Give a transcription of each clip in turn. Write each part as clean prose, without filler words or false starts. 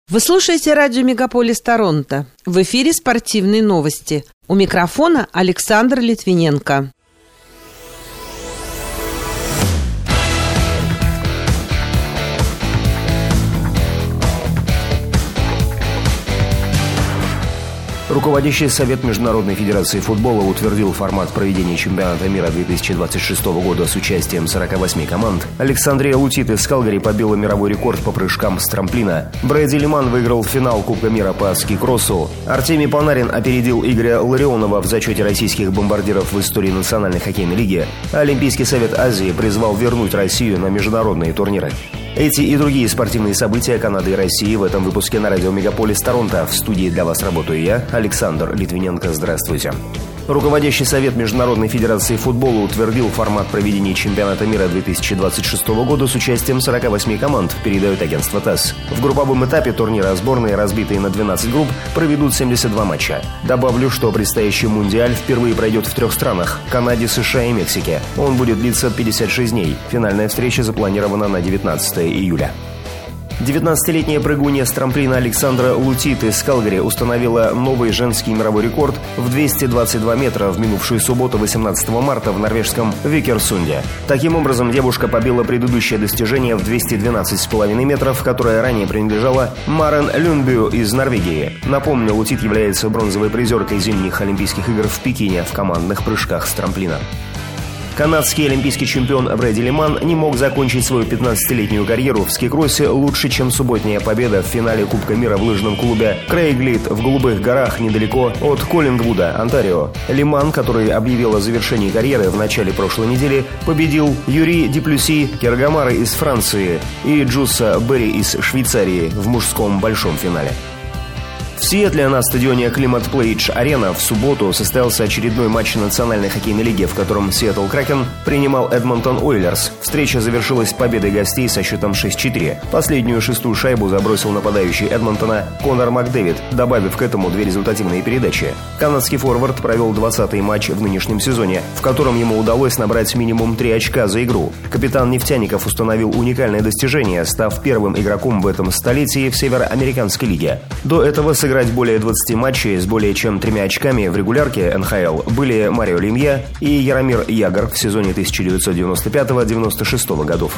Вы слушаете радио «Мегаполис Торонто». В эфире спортивные новости. У микрофона Александр Литвиненко. Руководящий совет Международной федерации футбола утвердил формат проведения чемпионата мира 2026 года с участием 48 команд. Александрия Лутит из Калгари побила мировой рекорд по прыжкам с трамплина. Брэди Лиман выиграл финал Кубка мира по ски-кроссу. Артемий Панарин опередил Игоря Ларионова в зачете российских бомбардиров в истории Национальной хоккейной лиги. Олимпийский совет Азии призвал вернуть Россию на международные турниры. Эти и другие спортивные события Канады и России в этом выпуске на радио «Мегаполис Торонто». В студии для вас работаю я, Александр Литвиненко. Здравствуйте. Руководящий совет Международной федерации футбола утвердил формат проведения чемпионата мира 2026 года с участием 48 команд, передает агентство ТАСС. В групповом этапе турнира сборные, разбитые на 12 групп, проведут 72 матча. Добавлю, что предстоящий мундиаль впервые пройдет в 3 странах – Канаде, США и Мексике. Он будет длиться 56 дней. Финальная встреча запланирована на 19 июля. 19-летняя прыгунья с трамплина Александра Лутит из Калгари установила новый женский мировой рекорд в 222 метра в минувшую субботу, 18 марта, в норвежском Викерсунде. Таким образом, девушка побила предыдущее достижение в 212,5 метров, которое ранее принадлежало Марен Люнбю из Норвегии. Напомню, Лутит является бронзовой призеркой зимних Олимпийских игр в Пекине в командных прыжках с трамплина. Канадский олимпийский чемпион Брэди Лиман не мог закончить свою 15-летнюю карьеру в ски-кроссе лучше, чем субботняя победа в финале Кубка мира в лыжном клубе Крейглит в Голубых горах недалеко от Коллингвуда, Онтарио. Лиман, который объявил о завершении карьеры в начале прошлой недели, победил Юрий Дюплесси Кергамары из Франции и Джусса Берри из Швейцарии в мужском большом финале. В Сиэтле на стадионе Климат Плейдж Арена в субботу состоялся очередной матч Национальной хоккейной лиги, в котором Сиэтл Кракен принимал Эдмонтон Ойлерс. Встреча завершилась победой гостей со счетом 6-4. Последнюю шестую шайбу забросил нападающий Эдмонтона Конор Макдэвид, добавив к этому 2 результативные передачи. Канадский форвард провел 20-й матч в нынешнем сезоне, в котором ему удалось набрать минимум 3 очка за игру. Капитан нефтяников установил уникальное достижение, став первым игроком в этом столетии в Североамериканской лиге. До этого сыграть более 20 матчей с более чем 3 очками в регулярке НХЛ были Марио Лемье и Яромир Ягор в сезоне 1995-96 годов.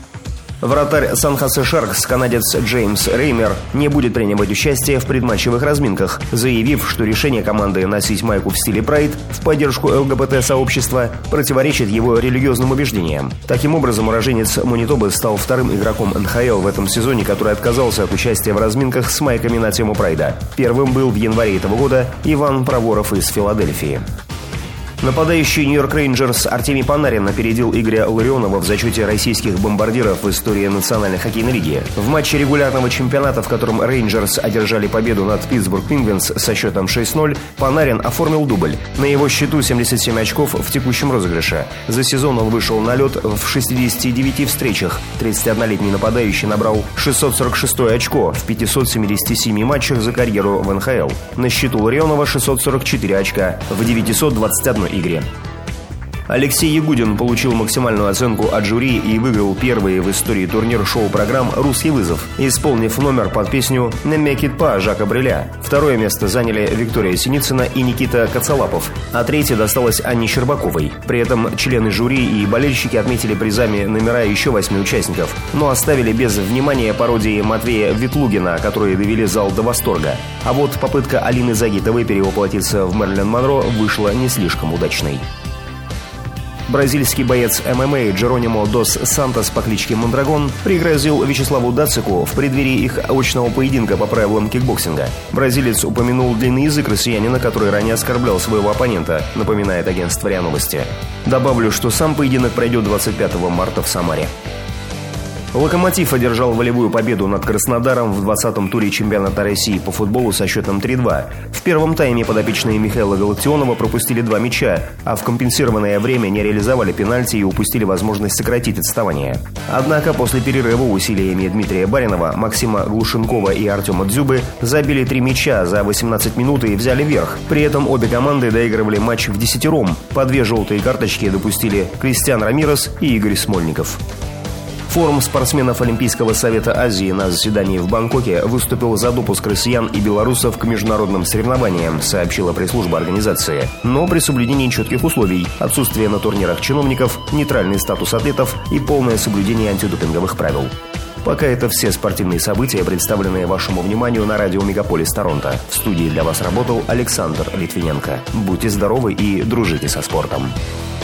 Вратарь Сан-Хосе Шаркс, канадец Джеймс Реймер, не будет принимать участие в предматчевых разминках, заявив, что решение команды носить майку в стиле прайд в поддержку ЛГБТ-сообщества противоречит его религиозным убеждениям. Таким образом, уроженец Манитобы стал вторым игроком НХЛ в этом сезоне, который отказался от участия в разминках с майками на тему прайда. Первым был в январе этого года Иван Проворов из Филадельфии. Нападающий Нью-Йорк Рейнджерс Артемий Панарин опередил Игоря Ларионова в зачете российских бомбардиров в истории Национальной хоккейной лиги. В матче регулярного чемпионата, в котором Рейнджерс одержали победу над Питтсбург Пингвинс со счетом 6-0, Панарин оформил дубль. На его счету 77 очков в текущем розыгрыше. За сезон он вышел на лед в 69 встречах. 31-летний нападающий набрал 646 очко в 577 матчах за карьеру в НХЛ. На счету Ларионова 644 очка в 921 игре. Алексей Ягудин получил максимальную оценку от жюри и выиграл первый в истории турнир шоу-программ «Русский вызов», исполнив номер под песню «Не мекит па» Жака Бреля. Второе место заняли Виктория Синицына и Никита Коцалапов, а третье досталось Анне Щербаковой. При этом члены жюри и болельщики отметили призами номера еще 8 участников, но оставили без внимания пародии Матвея Ветлугина, которые довели зал до восторга. А вот попытка Алины Загитовой перевоплотиться в Мэрилин Монро вышла не слишком удачной. Бразильский боец ММА Джеронимо дос Сантос по кличке Мондрагон пригрозил Вячеславу Дацику в преддверии их очного поединка по правилам кикбоксинга. Бразилец упомянул длинный язык россиянина, который ранее оскорблял своего оппонента, напоминает агентство РИА Новости. Добавлю, что сам поединок пройдет 25 марта в Самаре. «Локомотив» одержал волевую победу над Краснодаром в 20-м туре чемпионата России по футболу со счетом 3-2. В первом тайме подопечные Михаила Галактионова пропустили 2 мяча, а в компенсированное время не реализовали пенальти и упустили возможность сократить отставание. Однако после перерыва усилиями Дмитрия Баринова, Максима Глушенкова и Артема Дзюбы забили 3 мяча за 18 минут и взяли верх. При этом обе команды доигрывали матч в десятером. По 2 желтые карточки допустили Кристиан Рамирес и Игорь Смольников. Форум спортсменов Олимпийского совета Азии на заседании в Бангкоке выступил за допуск россиян и белорусов к международным соревнованиям, сообщила пресс-служба организации. Но при соблюдении четких условий: отсутствие на турнирах чиновников, нейтральный статус атлетов и полное соблюдение антидопинговых правил. Пока это все спортивные события, представленные вашему вниманию на радио «Мегаполис Торонто». В студии для вас работал Александр Литвиненко. Будьте здоровы и дружите со спортом.